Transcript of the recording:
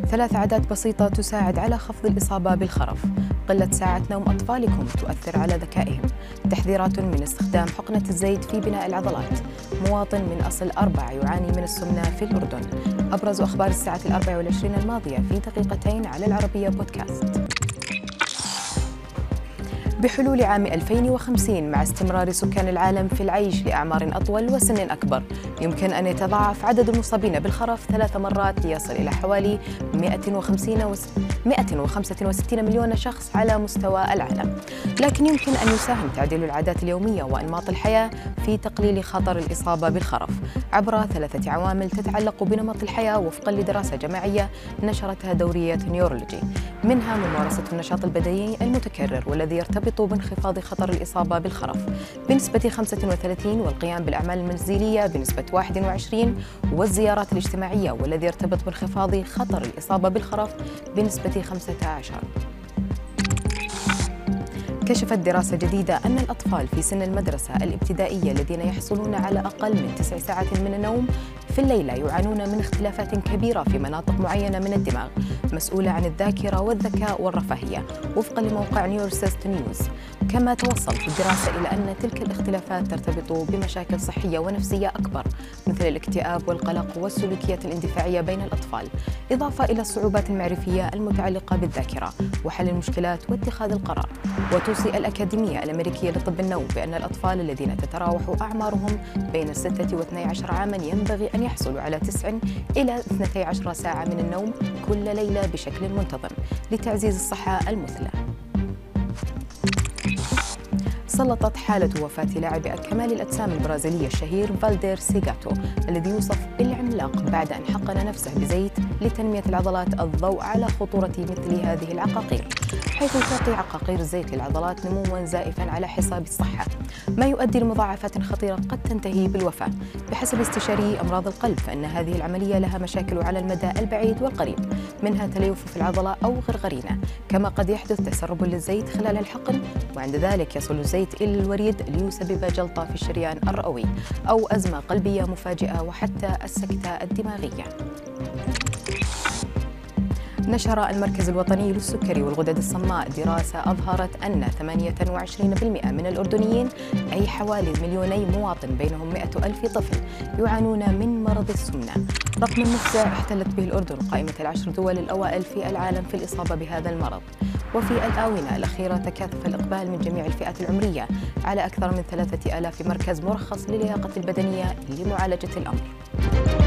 3 عادات بسيطة تساعد على خفض الإصابة بالخرف. قلة ساعة نوم أطفالكم تؤثر على ذكائهم. تحذيرات من استخدام حقنة الزيت في بناء العضلات. مواطن من أصل 4 يعاني من السمنة في الأردن. أبرز أخبار الساعة 24 الماضية في دقيقتين على العربية بودكاست. بحلول عام 2050 مع استمرار سكان العالم في العيش لأعمار أطول وسن أكبر، يمكن أن يتضاعف عدد المصابين بالخرف 3 مرات ليصل إلى حوالي 165 مليون شخص على مستوى العالم. لكن يمكن أن يساهم تعديل العادات اليومية وأنماط الحياة في تقليل خطر الإصابة بالخرف عبر 3 عوامل تتعلق بنمط الحياة وفقا لدراسة جماعية نشرتها دورية نيورولوجي، منها ممارسة النشاط البدني المتكرر والذي يرتبط بانخفاض خطر الإصابة بالخرف بنسبة 35، والقيام بالأعمال المنزلية بنسبة 21، والزيارات الاجتماعية والذي يرتبط بانخفاض خطر الإصابة بالخرف بنسبة 15. كشفت دراسة جديدة أن الأطفال في سن المدرسة الابتدائية الذين يحصلون على أقل من 9 ساعات من النوم في الليلة يعانون من اختلافات كبيرة في مناطق معينة من الدماغ مسؤولة عن الذاكرة والذكاء والرفاهية وفقا لموقع نيورسيست نيوز. كما توصلت الدراسة إلى أن تلك الاختلافات ترتبط بمشاكل صحية ونفسية أكبر مثل الاكتئاب والقلق والسلوكيات الاندفاعية بين الأطفال، إضافة إلى الصعوبات المعرفية المتعلقة بالذاكرة وحل المشكلات واتخاذ القرار. وتوصي الأكاديمية الأمريكية لطب النوم بأن الأطفال الذين تتراوح أعمارهم بين 6 و12 عاماً ينبغي أن يحصلوا على 9 إلى 12 ساعة من النوم كل ليلة بشكل منتظم لتعزيز الصحة المثلى. سلطت حالة وفاة لاعب كمال الأجسام البرازيلي الشهير فالدير سيغاتو الذي يوصف بالعملاق بعد أن حقن نفسه بزيت لتنمية العضلات الضوء على خطورة مثل هذه العقاقير، حيث تعطي عقاقير الزيت للعضلات نمواً زائفاً على حساب الصحة، ما يؤدي لمضاعفات خطيرة قد تنتهي بالوفاة. بحسب استشاري أمراض القلب فإن هذه العملية لها مشاكل على المدى البعيد والقريب، منها تليف في العضلة أو غرغرينة، كما قد يحدث تسرب للزيت خلال الحقن، وعند ذلك يصل الزيت إلى الوريد ليسبب جلطة في الشريان الرئوي أو أزمة قلبية مفاجئة وحتى السكتة الدماغية. نشر المركز الوطني للسكري والغدد الصماء دراسة أظهرت أن 28% من الأردنيين، أي حوالي 2 مليون مواطن بينهم 100,000 طفل، يعانون من مرض السمنة، رقم مفزع احتلت به الأردن قائمة ال10 دول الأوائل في العالم في الإصابة بهذا المرض. وفي الآونة الأخيرة تكاثف الإقبال من جميع الفئات العمرية على أكثر من 3000 مركز مرخص للياقة البدنية لمعالجة الأمر.